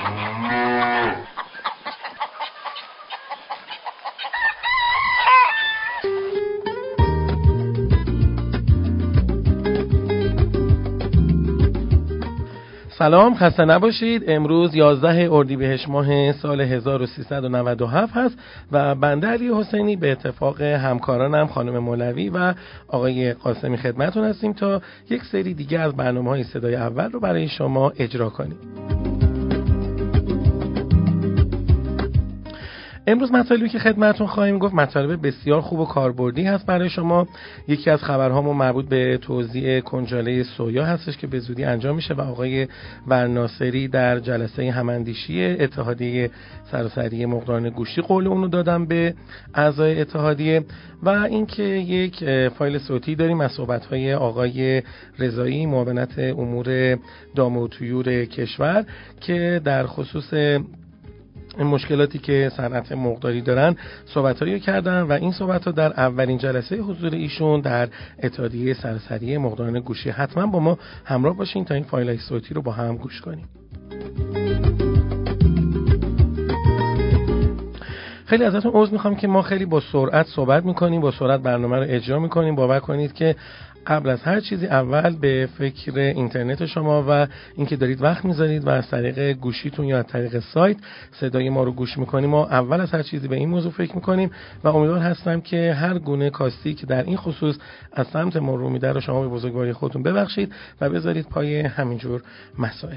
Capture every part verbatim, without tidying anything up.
سلام، خسته نباشید. امروز یازده اردیبهشت ماه سال هزار و سیصد و نود و هفت هست و بنده علی حسینی به اتفاق همکارانم خانم مولوی و آقای قاسمی خدمتتون هستیم تا یک سری دیگه از برنامه‌های صدای اول رو برای شما اجرا کنیم. امروز مطالبی که خدمتتون خواهیم گفت مطالب بسیار خوب و کاربردی هست برای شما. یکی از خبرهامون مربوط به توزیع کنجاله سویا هستش که به زودی انجام میشه و آقای ورناصری در جلسه هماندیشی اتحادیه سراسری مرغداران گوشتی قول اونو دادن به اعضای اتحادیه. و اینکه یک فایل صوتی داریم از صحبت‌های آقای رضایی معاونت امور دام و طیور کشور که در خصوص این مشکلاتی که صنعت مرغداری دارن صحبتایی کردن و این صحبت‌ها در اولین جلسه حضور ایشون در اتحادیه سراسری مرغداران گوشتی. حتما با ما همراه باشین تا این فایل‌های صوتی رو با هم گوش کنیم. خیلی ازتون عذر میخوام که ما خیلی با سرعت صحبت میکنیم، با سرعت برنامه رو اجرا میکنیم. باور کنید که قبل از هر چیزی اول به فکر اینترنت شما و اینکه دارید وقت میذارید و از طریق گوشیتون یا از طریق سایت صدای ما رو گوش میکنیم، ما اول از هر چیزی به این موضوع فکر میکنیم و امیدوار هستم که هر گونه کاستی که در این خصوص از سمت ما رو میده رو شما به بزرگواری خودتون ببخشید و بذارید پای همینجور مسائل.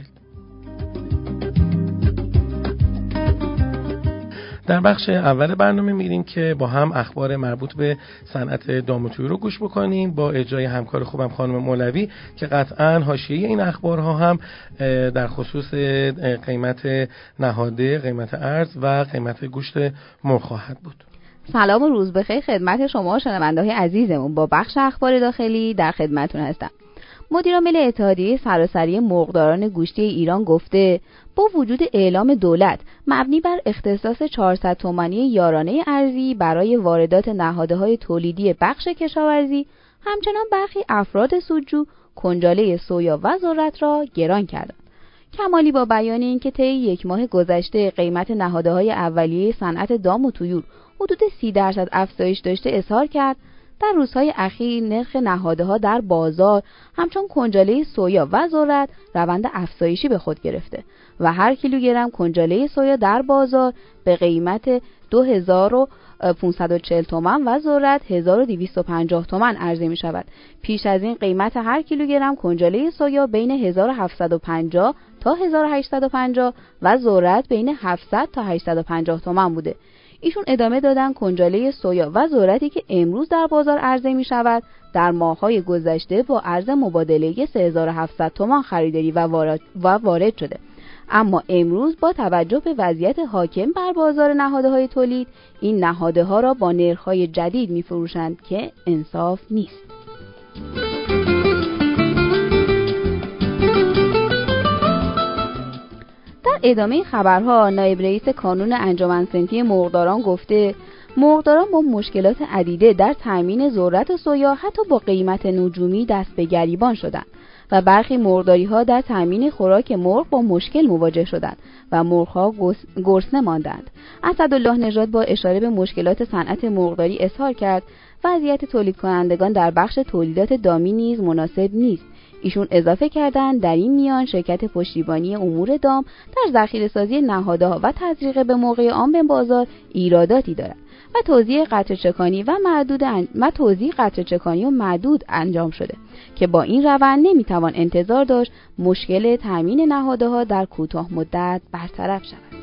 در بخش اول برنامه میریم که با هم اخبار مربوط به صنعت دام و طیور رو گوش بکنیم با اجرای همکار خوبم خانم مولوی که قطعاً حاشیه این اخبارها هم در خصوص قیمت نهاده، قیمت ارز و قیمت گوشت مرغ خواهد بود. سلام و روز بخیر خدمت شما شنونده‌های عزیزمون. با بخش اخبار داخلی در خدمتتون هستم. مدیرعامل اتحادیه سراسری مرغداران گوشتی ایران گفته با وجود اعلام دولت مبنی بر اختصاص چهارصد تومانی یارانه ارزی برای واردات نهادهای تولیدی بخش کشاورزی، همچنان برخی افراد سودجو کنجاله سویا و ذرت را گران کردند. کمالی با بیان اینکه طی یک ماه گذشته قیمت نهادهای اولیه صنعت دام و طیور حدود سی درصد افزایش داشته اظهار کرد در روزهای اخیر نرخ نهادها در بازار همچون کنجاله سویا و ذرت روند افزایشی به خود گرفته و هر کیلوگرم کنجاله سویا در بازار به قیمت دو هزار و پانصد و چهل تومان و ذرت هزار و دویست و پنجاه تومان عرضه می شود. پیش از این قیمت هر کیلوگرم کنجاله سویا بین هزار و هفتصد و پنجاه تا هزار و هشتصد و پنجاه و ذرت بین هفتصد تا هشتصد و پنجاه تومان بوده. ایشون ادامه دادن کنجاله سویا و ذرتی که امروز در بازار عرضه می شود در ماه‌های گذشته با ارز مبادله سه هزار و هفتصد تومان خریداری و وارد, و وارد شده، اما امروز با توجه به وضعیت حاکم بر بازار نهادهای تولید این نهادها را با نرخ‌های جدید می‌فروشند که انصاف نیست. در ادامه خبرها نایب رئیس کانون انجمن صنفی مرغداران گفته مرغداران با مشکلات عدیده در تامین ذرت سویا حتی با قیمت نجومی دست به گریبان شدند و برخی مرغداری‌ها در تامین خوراک مرغ با مشکل مواجه شدند و مرغ‌ها گرسنه ماندند. اسدالله نژاد با اشاره به مشکلات صنعت مرغداری اظهار کرد وضعیت تولید کنندگان در بخش تولیدات دامی نیز مناسب نیست. ایشون اضافه کردند در این میان شرکت پشتیبانی امور دام در ذخیره‌سازی نهادها و تزریق به موقع آن به بازار ایراداتی دارد و توزیع قطره‌چکانی و محدود ان... و توزیع قطره‌چکانی و محدود انجام شده که با این روند نمیتوان انتظار داشت مشکل تامین نهادها در کوتاه مدت برطرف شود.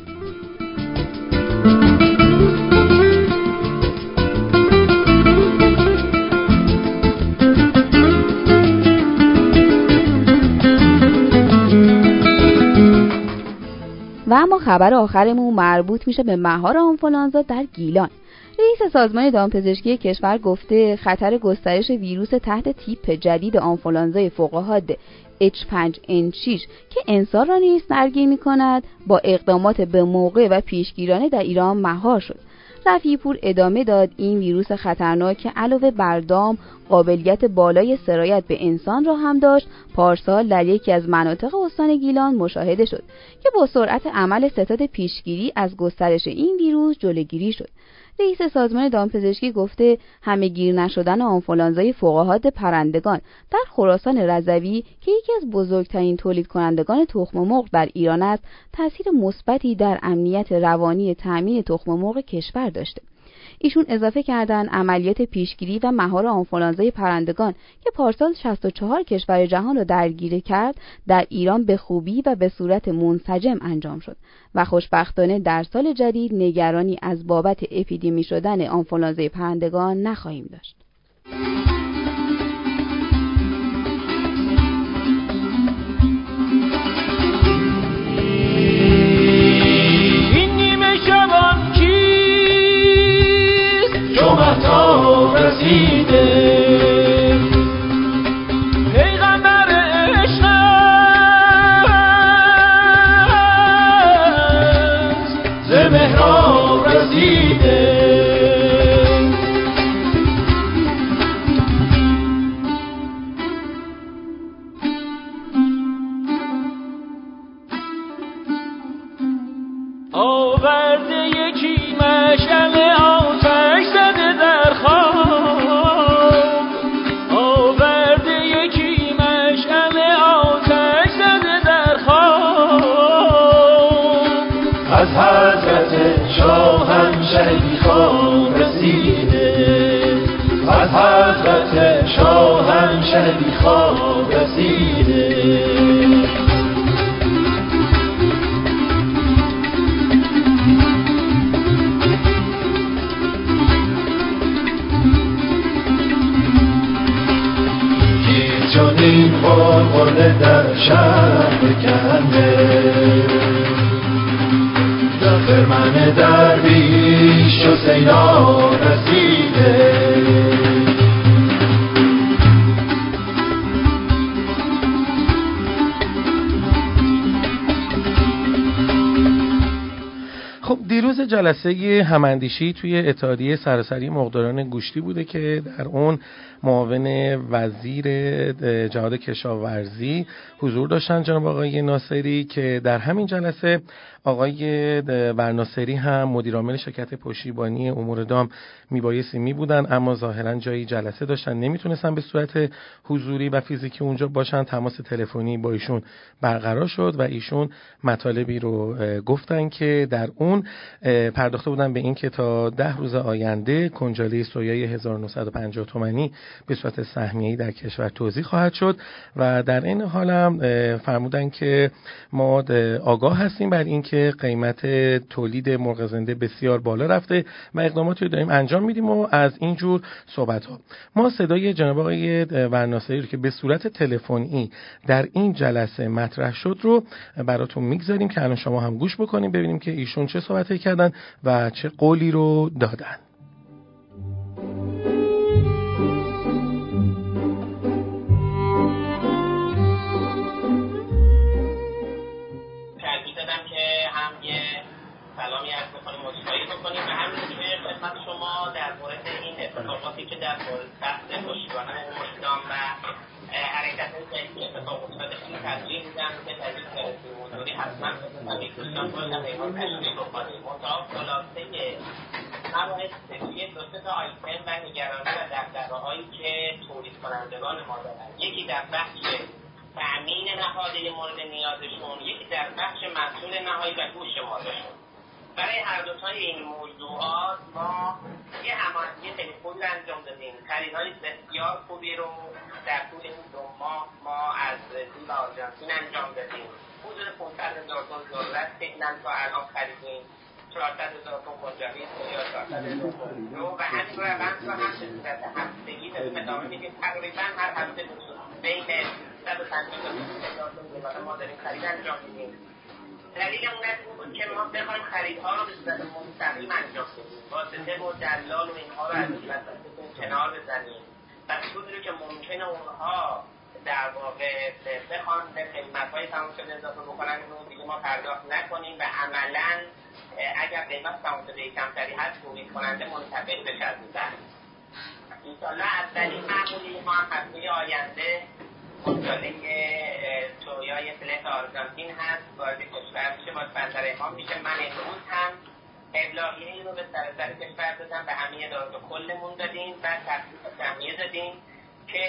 و اما خبر آخرمون مربوط میشه به مهار آنفولانزا در گیلان. رئیس سازمان دامپزشکی کشور گفته خطر گسترش ویروس تحت تیپ جدید آنفولانزای فوق‌الحاد اچ پنج ان شش که انسان را نیز درگیر می‌کند با اقدامات به موقع و پیشگیرانه در ایران مهار شد. صفی‌پور ادامه داد این ویروس خطرناک که علاوه بر دام قابلیت بالای سرایت به انسان را هم داشت، پارسال در یکی از مناطق استان گیلان مشاهده شد که با سرعت عمل ستاد پیشگیری از گسترش این ویروس جلوگیری شد. رئیس سازمان دامپزشکی گفته همه گیر نشدن آنفولانزای فوق‌حاد پرندگان در خراسان رضوی که یکی از بزرگترین تولید کنندگان تخم مرغ در ایران است، تاثیر مثبتی در امنیت روانی تامین تخم مرغ کشور داشته. ایشون اضافه کردن عملیات پیشگیری و مهار آنفولانزای پرندگان که پارسال شصت و چهار کشور جهان را درگیر کرد، در ایران به خوبی و به صورت منسجم انجام شد و خوشبختانه در سال جدید نگرانی از بابت اپیدمی شدن آنفولانزای پرندگان نخواهیم داشت. پیغمبر عشق ز محراب رسیده، آورده یکی مشعل آتش زده در خواب، آورده یکی مشعل آتش زده در خواب، از حضرت شاهنشهی خواب رسیده، از حضرت شاهنشهی خواب رسیده. چون این غلغله در شهر بکنده، در خرمن درویش و سیلاب رسیده. خب دیروز جلسه هماندیشی توی اتحادیه سراسری مرغداران گوشتی بوده که در اون معاون وزیر جهاد کشاورزی حضور داشتن جناب آقای ناصری که در همین جلسه آقای برناصری هم مدیر عامل شرکت پشتیبانی امور دام میبایستی می بودن، اما ظاهرا جایی جلسه داشتن نمیتونستن به صورت حضوری و فیزیکی اونجا باشن. تماس تلفنی با ایشون برقرار شد و ایشون مطالبی رو گفتن که در اون پرداخته بودن به این که تا ده روز آینده کنجاله سویای هزار و نهصد و پنجاه تومانی به صورت سهمیه‌ای در کشور توزیع خواهد شد و در این حال هم فرمودن که ما آگاه هستیم بر این که قیمت تولید مرغ زنده بسیار بالا رفته و اقداماتی رو داریم انجام میدیم و از این جور صحبت ها. ما صدای جناب آقای برناصری رو که به صورت تلفنی در این جلسه مطرح شد رو براتون میگذاریم که الان شما هم گوش بکنیم ببینیم که ایشون چه صحبتی کردن و چه قولی رو دادن. سلامی عرض بکنیم مصاحبه بکنیم و همینطور که خدمت شما در مورد این اتفاقاتی که در مورد بحث پشتیبانی امور دام و حرکت‌های جدیدی که اتفاق افتاده خیلی تشریح میدم که تشریح کردیم حضوری حتما همین دوستان باشن اینها تشریح بکنیم. منتها خلاصه مباحث یک دو سه تا آیتم و نگرانی و دغدغه‌هایی که تولید کنندگان ما دارن، یکی در بخش تأمین نهادی مورد نیازشون، یکی در بخش محصول نهایی و گوشت مالشون. برای هر دو تای این موضوعات ما یه هماهنگی خیلی خوبی رو انجام دادیم. خریدهای بسیار خوبی رو در طول این دو ماه ما از برزیل و آرژانتین انجام دادیم. حدود پانصد هزار تن ذرت فعلا تا الان خریدیم، چهارصد هزار تن کنجاله سویا، چهارصد هزار تن رو و همین روند رو هم به صورت هفتگی داریم ادامه میدیم. تقریبا هر هفته بین صد و پنجاه تا دویست هزار تن ذرت ما داریم خرید انجام میدیم. دلیل اون از این بود که ما بخوایم خریدها رو به صورت مستقیم انجام بدیم، واسطه و دلال و اینها رو از وسطتون کنار بزنیم و سودی رو که ممکنه اونها در واقع بخوان به قیمت‌های تمام شده اضافه بکنن رو دیگه ما پرداخت نکنیم و عملاً اگر قیمت تمام شده کمتری هست تولید کننده منتفع بشه از این بحث. انشالله از طریق معمولی ما هم هفته آینده کنجاله سویای فلت آرژانتین هست وارد کشور میشه، باز بندر امام میشه. من امروز هم ابلاغیه این رو به سراسر کشور دادم، به همه ادارات کلمون دادیم و تخصیص سهمیه دادیم که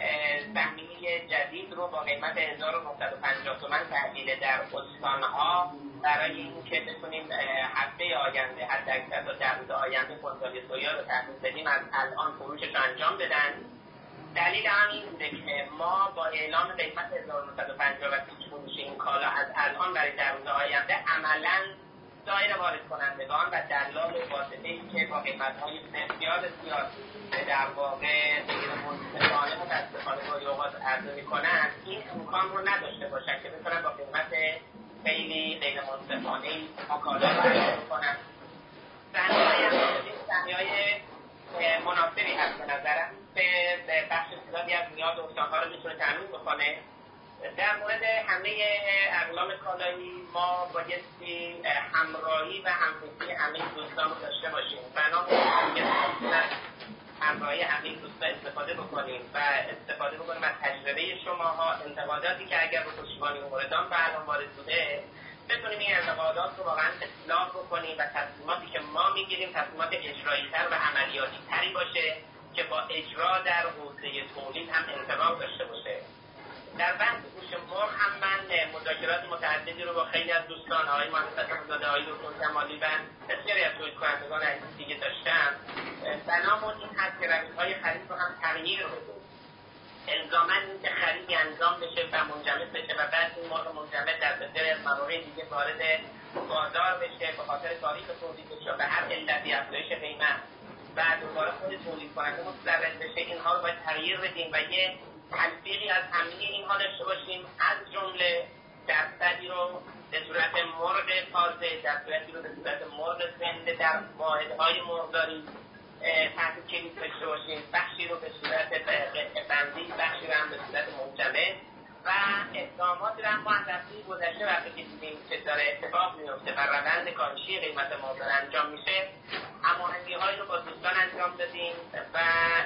سهمیه جدید رو با قیمت هزار و نهصد و پنجاه تومان تحویل در استانها برای این که بتونیم هفته آینده حتی اکثر در روز آینده کنجاله سویا رو تحویل بدیم از الان فروشش انجام بدن. دلیل هم این بوده که ما با اعلام قیمت هزار و نهصد و پنجاه و پیش فروش این کالا از الان برای در روز آینده عملاً دایر وارد کنندگان و دلال واسطه‌ای که با قیمت‌های بسیار زیاد در واقع غیر منصفانه متأسفانه گاهی اوقات عرضه می‌کنند این امکان رو نداشته باشن که بتونن با قیمت خیلی غیر منصفانه‌ای ما کالا رو عرضه کنن. سهمیه‌های هم سهمیه‌های مناسبی هست به نظرم به بخش زیادی از نیاز استان‌ها رو میتونه تامین بکنه. در مورد همه اقلام کالایی ما بایستی همراهی و همفکری همه دوستان رو داشته باشیم، بنابراین همراهی همه دوستان استفاده بکنیم و استفاده بکنیم از تجربه شماها، انتقاداتی که اگر به پشتیبانی موردان و الان وارد بوده بتونیم این انتقادات رو واقعا اصلاح بکنیم و تصمیماتی که ما میگیریم تصمیمات اجرایی تر و عملیاتی تری باشه که با اجرا در حوزه تولید هم انطباق داشته باشه. در بحث گوش مرغ هم من مذاکرات متعددی رو با خیلی از دوستان آقای مهندس حسین‌زاده، آقای دکتر کمالی و بسیاری از تولید کنندگان عزیز دیگه داشتم. بنامون این هست که روش‌های خرید رو هم تغییر بدیم. الزاماً این که خریدی انجام بشه و منجمد بشه و بعد این مرغ منجمد در بسیاری از مواقع دیگه وارد بازار بشه به خاطر تاریخ تولیدش یا به هر علتی افزایش قیمت و دوباره خود تولید کننده متضرر بشه، اینها رو باید تغییر بدیم و یه تلفیقی از همه اینها داشته باشیم، از جمله درصدی رو به صورت مرغ تازه، درصدی رو به صورت مرغ زنده در واحدهای مرغداری تحت کلید داشته باشیم، بخشی رو به صورت بندی، بخشی رو هم به صورت منجمد و اقدامات رو هم ما از هفته گذشته وقتی که دیدیم که داره اتفاق میفته و روند کاهشی قیمت مرغ انجام میشه، هماهنگی‌هایی رو با دوستان انجام دادیم و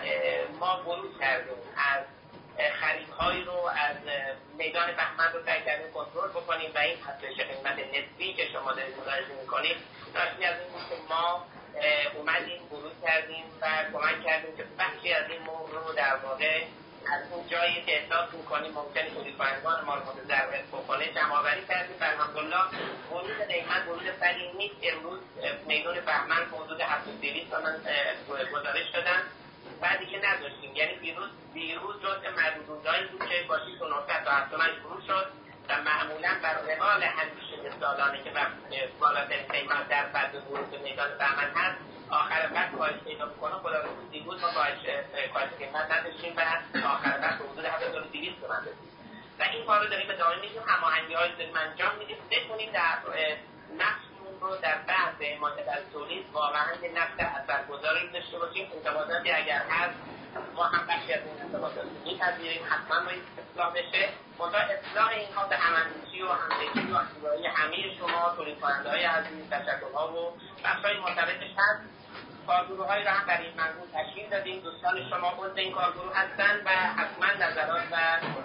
ما ورود کردیم از خریدهایی رو از میدان بهمن رو سعی کردیم کنترل بکنیم و این افزایش قیمت نسبی که شما دارید ملاحظه می‌کنید ناشی از این بود که ما اومدیم ورود کردیم و کمک کردیم که بخشی از این مرغ رو در واقع از اون جایی که احساس می‌کنیم ممکنه تولید کنندگان ما رو متضرر بکنه جمع‌آوری کردیم. الحمدلله ورود قیمت ورود بدی نیست. امروز میدان بهمن حدود هفت و دویست تومان گزارش دادن بعدی که نداشتیم، یعنی دیروز دیروز جزء معدودهایی بود که با شش و نهصد تا هفت تومن شروع شد و معمولا بر روال همیشه سالانه که بالاترین قیمت در بعد ورود به میدان بهمن هست آخر وقت کاهش پیدا می‌کنه. خدا رو دیروز ما کاهش کاهش قیمت نداشتیم و آخر وقت حدود هفت هزار و دویست تومن رسید و این کار رو داریم ادامه میدیم، هماهنگی‌هایی رو داریم انجام میدیم بتونیم در نقش رو در بحث حمایت از تولید واقعا یه نقش اثرگذاری داشته باشیم. انتقاداتی اگر هست ما هم بخشی از این انتقادات می‌پذیریم، حتما باید اصلاح بشه. منتها اصلاح اینها به هماندیشی و همدلی و همراهی همه شما تولید کننده‌های عزیز، تشکل‌ها و بخش‌های مرتبطش هست. کارگروه‌هایی رو هم برای این منظور تشکیل دادیم. دوستان شما عضو این کارگروه هستن و حتما نظرات و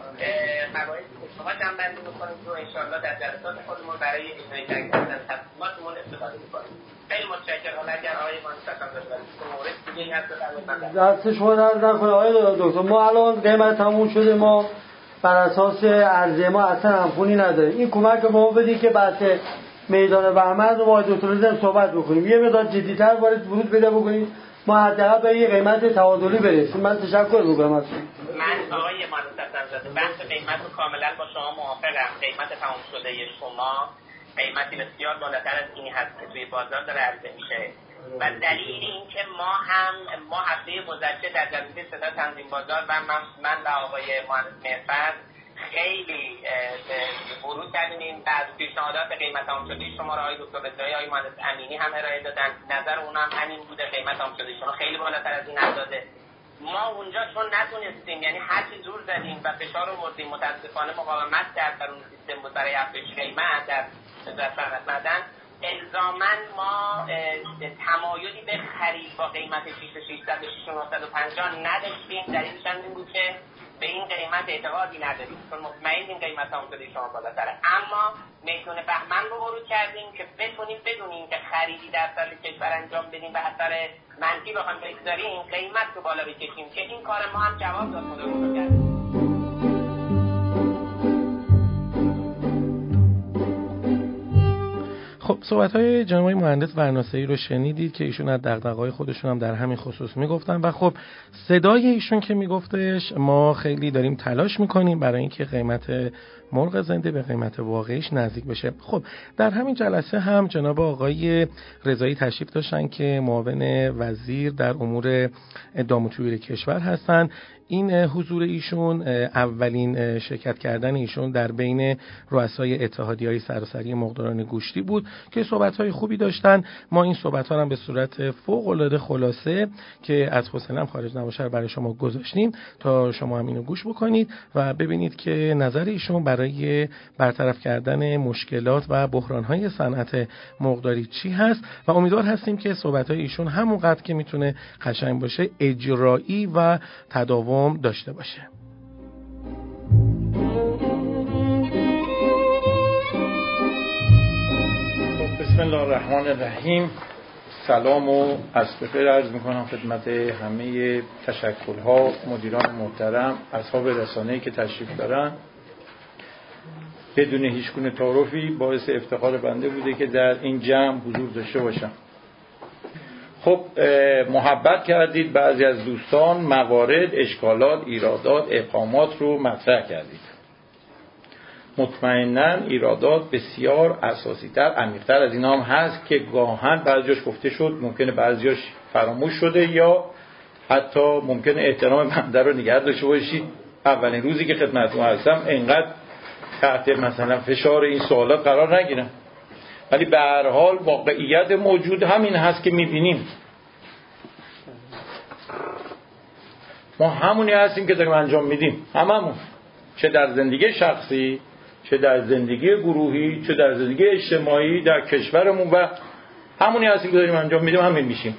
قواعدی که شما جمع‌بندی می‌کنید رو انشاءالله در جلسات خودمون برای اجرای کردن تصمیماتمون استفاده می‌کنیم. خیلی متشکرم. حالا اگر آقای مهندس حسین‌زاده مورد دیگه هست بفرمایید. دست شما درد نکنه آقای دکتر. ما الان قیمت تموم شده، ما بر اساس عرضه ما اصلا همخونی نداره. این کمک به ما بدید که بحث میدان بهمن رو با دکتر رضا صحبت بکنیم، یه مقدار جدی‌تر وارد ورود پیدا بکنیم، ما حداقل به یه قیمت تعادلی برسیم. من تشکر می‌کنم از من آقای مهندس حسین‌زاده بحث قیمت رو کاملا با شما موافقم. قیمت تمام شده شما قیمتی بسیار بالاتر از اینی هست که توی بازار داره عرضه میشه و دلیل این که ما هم ما هفته گذشته در جلسه صدا تنظیم بازار و من, من و آقای مهندس مرفت خیلی ورود کردیم این بعض پیشنهادات قیمت تمام شده شما را آقای دکتر رضایی، آقای مهندس امینی هم ارائه دادن. نظر اونها هم همین بوده، قیمت تمام شده شما خیلی بالاتر از این اندازه. ما اونجا چون نتونستیم، یعنی هر چی زور زدیم و فشار آوردیم، متاسفانه مقاومت کرد در اون سیستم بود برای افزایش قیمت در در صنعت معدن. الزاماً ما تمایلی به خرید با قیمت شش هزار و ششصد و شش هزار و نهصد و پنجاه نداشتیم. دلیلش هم این بود که به این قیمت اعتقادی نداریم، چون مطمئن این قیمت هم شده شما بالاتره. اما میدون بهمن رو ورود کردیم که بتونیم بدونیم که خریدی در سال کشور انجام بدیم و اثر منفی بخوایم بگذاریم قیمت رو بالا بکشیم، که این کار ما هم جواب داد. خدا رو کرد. خب صحبت‌های جناب مهندس ورناسه‌ای رو شنیدید که ایشون از دغدغه‌های خودشون هم در همین خصوص میگفتن و خب صدای ایشون که میگفتش ما خیلی داریم تلاش میکنیم برای اینکه قیمت مرغ زنده به قیمت واقعیش نزدیک بشه. خب در همین جلسه هم جناب آقای رضایی تشریف داشتن که معاون وزیر در امور دام و طیور کشور هستن. این حضور ایشون اولین شرکت کردن ایشون در بین رؤسای اتحادیه‌های سراسری مرغداران گوشتی بود که صحبت‌های خوبی داشتن. ما این صحبت‌ها رو به صورت فوق‌العاده خلاصه که از حوصله‌ام خارج نباشه برای شما گذاشتیم تا شما هم اینو گوش بکنید و ببینید که نظر ایشون برای برطرف کردن مشکلات و بحران‌های صنعت مرغداری چی هست و امیدوار هستیم که صحبت‌های ایشون همونقدر که میتونه قشنگ باشه اجرایی و تداوم داشته باشه. بسم الله الرحمن الرحیم. سلام و عصر بخیر عرض میکنم خدمت همه تشکل‌ها، مدیران محترم، اصحاب رسانه‌ای که تشریف دارن. بدون هیچ گونه تعارفی باعث افتخار بنده بوده که در این جمع حضور داشته باشم. خب محبت کردید، بعضی از دوستان موارد، اشکالات، ایرادات، ابهامات رو مطرح کردید. مطمئناً ایرادات بسیار اساسی‌تر، عمیق‌تر از اینا هم هست که گاهن بعضیش گفته شد، ممکنه بعضیش فراموش شده یا حتی ممکنه احترام بنده رو نگه داشته باشید. اولین روزی که خدمتتون هستم اینقدر تحت مثلا فشار این سوالات قرار نگیرم، ولی به هر حال واقعیت موجود همین هست که می‌بینیم. ما همونی هستیم که داریم انجام میدیم، هممون، چه در زندگی شخصی، چه در زندگی گروهی، چه در زندگی اجتماعی در کشورمون، و همونی هستیم که داریم انجام میدیم، همین میشیم.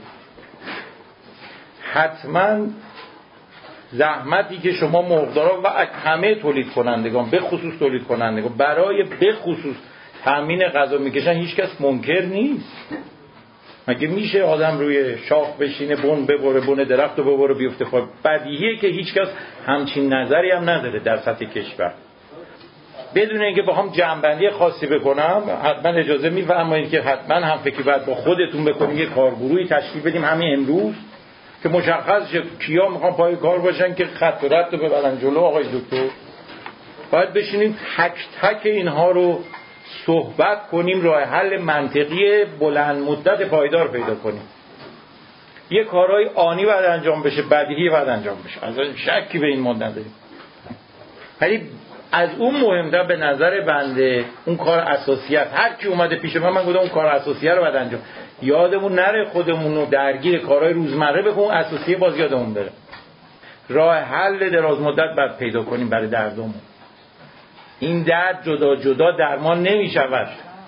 حتما زحمتی که شما مرغداران و همه تولید کنندگان، به خصوص تولید کنندگان، برای به خصوص تامین غذا میکشن، هیچ کس منکر نیست. مگه میشه آدم روی شاخ بشینه، بن ببره، بن درخت رو ببره بیفته پای؟ بدیهیه که هیچ کس همچین نظری هم نداره در سطح کشور. بدون اینکه بخوام جمع‌بندی خاصی بکنم، حتما اجازه میفرمایید که حتما هم فکری باید با خودتون بکنید، یه کارگروهی تشکیل بدیم همین امروز که مشخص شه کیا میخوان پای کار باشن که خط و رد رو ببرن جلو. آقای دکتر باید بشینیم تک تک اینها رو صحبت کنیم، راه حل منطقی بلند مدت پایدار پیدا کنیم. یه کارهای آنی باید انجام بشه، بدیهی باید انجام بشه، از شکی به این مورد نداریم، ولی از اون مهمتر به نظر بنده اون کار اساسیت. هر کی اومده پیش من، من گفتم اون کار اساسیه رو باید انجام. یادمون نره خودمون رو درگیر کارهای روزمره بکنیم، اساسیه باز یادمون بره. راه حل دراز مدت باید پیدا کنیم برای دردمون. این درد جدا جدا درمان نمی شود.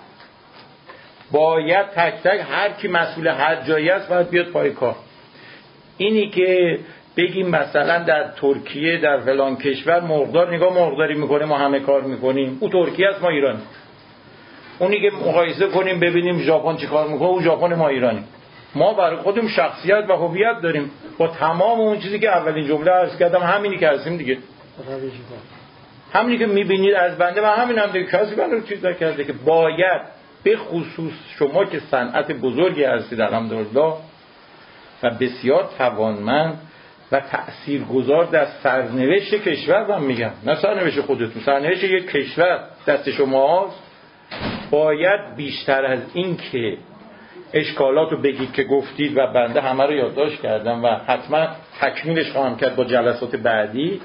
باید تک تک هر کی مسئول هر جایی است باید بیاد پای کار. اینی که بگیم مثلا در ترکیه، در فلان کشور مرغدار نگاه مرغداری میکنه، ما همه کار میکنیم، او ترکیه است ما ایرانی. اونی که مقایسه کنیم ببینیم ژاپن چی کار میکنه، او ژاپن ما ایرانی. ما برای خودمون شخصیت و هویت داریم با تمام اون چیزی که اولین جمله عرض کردم، همینی که هستیم دیگه. همینی که میبینید از بنده و همین هم دیگه، کسی بنده رو چیز نکرده که باید به خصوص شما که صنعت بزرگی هستید الحمدلله و بسیار توانمند و تأثیرگذار در سرنوشت کشور، من میگم نه سرنوشت خودتون، سرنوشت یک کشور دست شماست. باید بیشتر از این که اشکالات رو بگید که گفتید و بنده همه رو یادداشت کردم و حتما تکمیلش خواهم کرد با جلسات بعدی،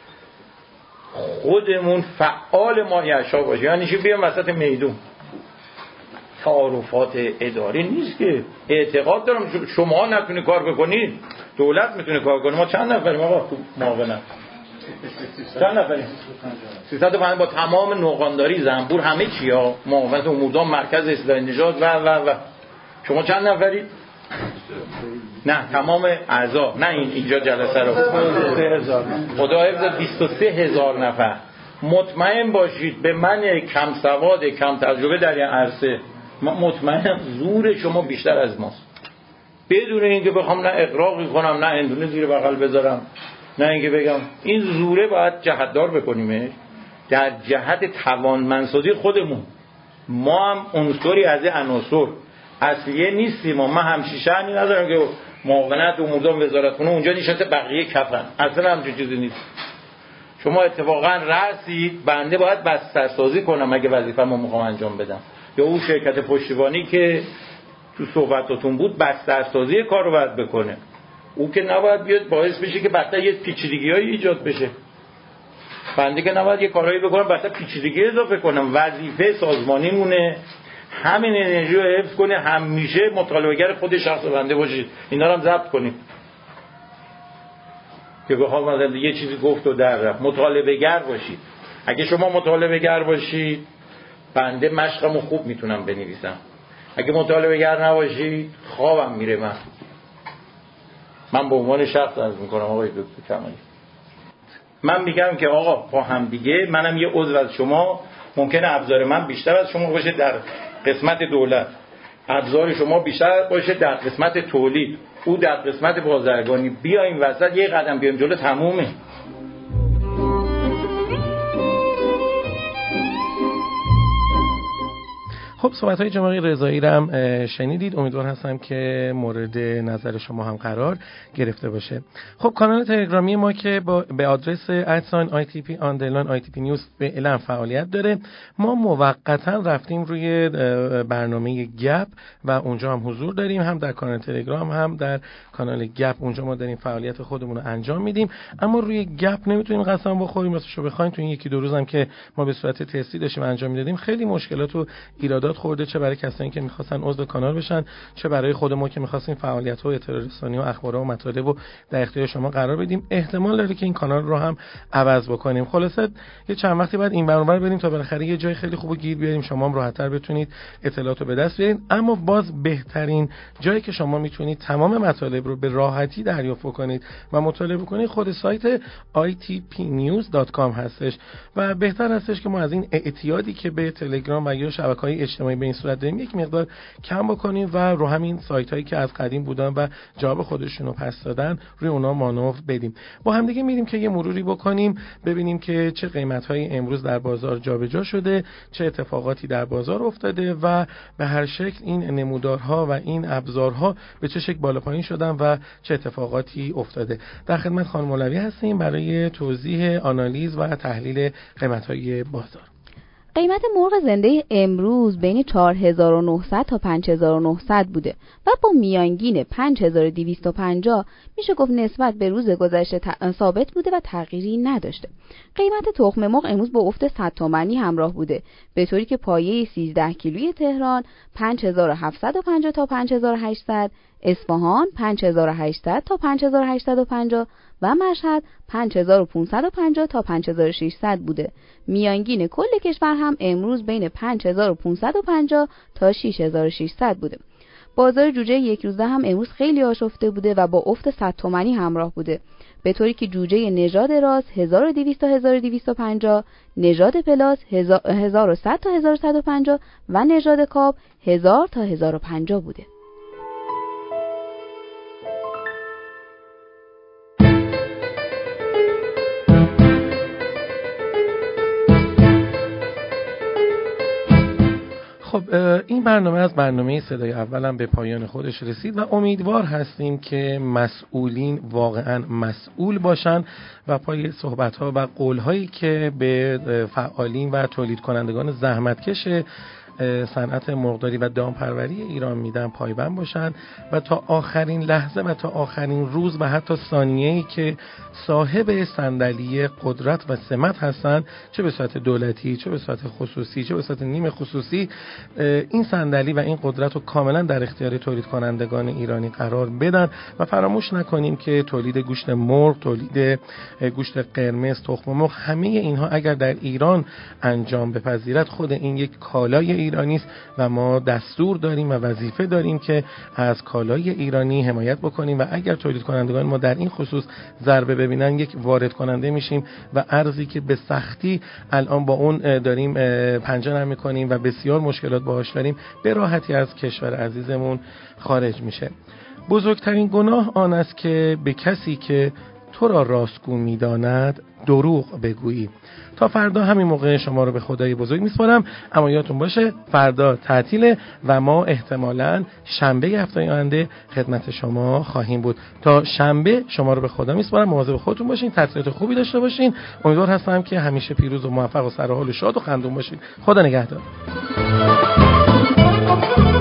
خودمون فعال مایع‌شا باشیم. یعنی چی؟ بیام وسط میدون. تعارفات اداری نیست که. اعتقاد دارم شما نتونی کار بکنید، دولت میتونه کار کنه. ما چند نفریم آقا تو معاونت؟ چند نفریم؟ سیصد و پنجاه با تمام نوغانداری زنبور همه چیا، معاونت اموردان، مرکز اصلاح نژاد و و و شما چند نفرید؟ نه تمام اعضا، نه این اینجا جلسه رو خدا حفظ بیست و سه هزار نفر. مطمئن باشید به من کم سواد کم تجربه در این عرصه مطمئنم زور شما بیشتر از ماست، بدون اینکه بخوام نه اغراقی کنم نه اندونه زیر بغل بذارم نه اینکه بگم این زوره باید جهتدار بکنیمش در جهت توانمندسازی خودمون. ما هم عنصری از عناصر اصلیه نیستیم. ما همچین شأنی ندارم که معاونت اموردان وزارتخونه اونجا نشسته بقیه کفن، اصلا همچین چیزی نیست. شما اتفاقا رأسید، بنده باید بسترسازی کنم اگه وظیفه‌مو میخوام انجام بدم، یا اون شرکت پشتیبانی که تو صحبتاتون بود بسترسازی کار رو باید بکنه. او که نباید بیاد باعث بشه که بعدا یه پیچیدگی‌هایی ایجاد بشه. بنده که نباید یه کارهایی بکنم بعدا پیچیدگی اضافه کنم. وظیفه سازمانی مونه همین انرژی رو حفظ کنه، همیشه مطالبه‌گر خود شخص بنده باشید. اینا رو هم ضبط کنید که بخوام مثلا یه چیزی گفت و در رفت. مطالبه‌گر باشید. اگه شما مطالبه‌گر باشید بنده مشقمو خوب میتونم بنویسم. اگه مطالبه‌گر نباشید خوابم میره. من من به عنوان شخص عرض میکنم آقای دکتر کمالی، من میگم که آقا با هم دیگه، منم یه عضو از شما، ممکنه ابزار من بیشتر از شما باشه در قسمت دولت، ابزار شما بیشتر باشه در قسمت تولید، او در قسمت بازرگانی. بیایم وسط یه قدم بیایم جلو، تمومه. خب صحبت‌های جناب رضایی رو هم شنیدید، امیدوار هستم که مورد نظر شما هم قرار گرفته باشه. خب کانال تلگرامی ما که با به آدرس ادساین آی تی پی آندرلاین آی تی پی نیوز به اعلام فعالیت داره. ما موقتا رفتیم روی برنامه گپ و اونجا هم حضور داریم، هم در کانال تلگرام هم در کانال گپ اونجا ما داریم فعالیت خودمون رو انجام میدیم. اما روی گپ نمیتونیم قسم بخوریم، واسه بخوایم تو این یکی دو روز هم که ما به صورت تستی داشتیم انجام میدادیم خیلی مشکلات و ایرادات خورده، چه برای کسانی که می‌خواستن عضو کانال بشن، چه برای خود ما که می‌خواستیم فعالیت‌ها و اطلاع رسانی و اخبار و مطالب رو در اختیار شما قرار بدیم. احتمال داره که این کانال رو هم عوض بکنیم. خلاصه یه چند وقتی بعد این برنامه رو بریم تا بالاخره یه جای خیلی خوب گیر بیاریم، شما هم راحت‌تر بتونید اطلاعات رو به دست بیارید. اما باز بهترین جایی که شما میتونید تمام مطالب رو به راحتی دریافت کنید و مطالعه کنید خود سایت آی تی پی نیوز دات کام هستش و بهتر هستش که ما از این اعتیادی که به تلگرام و یا شبکه‌های اجتماعی به این صورت داریم یک مقدار کم بکنیم و رو همین سایت هایی که از قدیم بودن و جواب خودشون رو پس دادن روی اونا مانور بدیم. با هم دیگه میریم که یه مروری بکنیم ببینیم که چه قیمت های امروز در بازار جابجا شده، چه اتفاقاتی در بازار افتاده و به هر شکل این نمودارها و این ابزارها به چه شکل بالا پایین شدن و چه اتفاقاتی افتاده. در خدمت خانم مولوی هستیم برای توضیح، آنالیز و تحلیل قیمت های بازار. قیمت مرغ زنده امروز بین چهار هزار و نهصد تا پنج هزار و نهصد بوده و با میانگین پنج هزار و دویست و پنجاه میشه گفت نسبت به روز گذشته ثابت بوده و تغییری نداشته. قیمت تخم مرغ امروز با افت صد تومانی همراه بوده، به طوری که پایه سیزده کیلویی تهران پنج هزار و هفتصد و پنجاه تا پنج هزار و هشتصد، اصفهان پنج هزار و هشتصد تا پنج هزار و هشتصد و پنجاه و مشهد پنج هزار و پانصد و پنجاه تا پنج هزار و ششصد بوده. میانگین کل کشور هم امروز بین پنج هزار و پانصد و پنجاه تا شش هزار و ششصد بوده. بازار جوجه یک روزه هم امروز خیلی آشفته بوده و با افت صد تومانی همراه بوده، به طوری که جوجه نژاد راس هزار و دویست تا هزار و دویست و پنجاه، نژاد پلاس هزار و صد تا هزار و صد و پنجاه و نژاد کاب هزار تا هزار و پنجاه بوده. خب این برنامه از برنامه صدای اولم به پایان خودش رسید و امیدوار هستیم که مسئولین واقعا مسئول باشن و پای صحبت‌ها و قول‌هایی که به فعالین و تولید کنندگان زحمتکش صنعت مرغداری و دامپروری ایران میدن پایبند باشن و تا آخرین لحظه و تا آخرین روز و حتی ثانیه‌ای که صاحب صندلی قدرت و سمت هستن، چه به صورت دولتی، چه به صورت خصوصی، چه به صورت نیمه خصوصی، این صندلی و این قدرت رو کاملا در اختیار تولید کنندگان ایرانی قرار بدن و فراموش نکنیم که تولید گوشت مرغ، تولید گوشت قرمز، تخم مرغ، همه اینها اگر در ایران انجام بپذیرد خود این یک کالای ایرانی است و ما دستور داریم و وظیفه داریم که از کالای ایرانی حمایت بکنیم و اگر تولید کنندگان ما در این خصوص ضربه ببینن یک وارد کننده میشیم و ارزی که به سختی الان با اون داریم پنجه نرم میکنیم و بسیار مشکلات باهاش داریم به راحتی از کشور عزیزمون خارج میشه. بزرگترین گناه آن است که به کسی که تو را راستگو میداند دروغ بگویی. تا فردا همین موقع شما رو به خدای بزرگ میسپارم، اما یادتون باشه فردا تعطیله و ما احتمالاً شنبه هفته آینده خدمت شما خواهیم بود. تا شنبه شما رو به خدا میسپارم، مواظب خودتون باشین، تعطیلات خوبی داشته باشین. امیدوار هستم که همیشه پیروز و موفق و سرحال و شاد و خندون باشین. خدا نگهدار.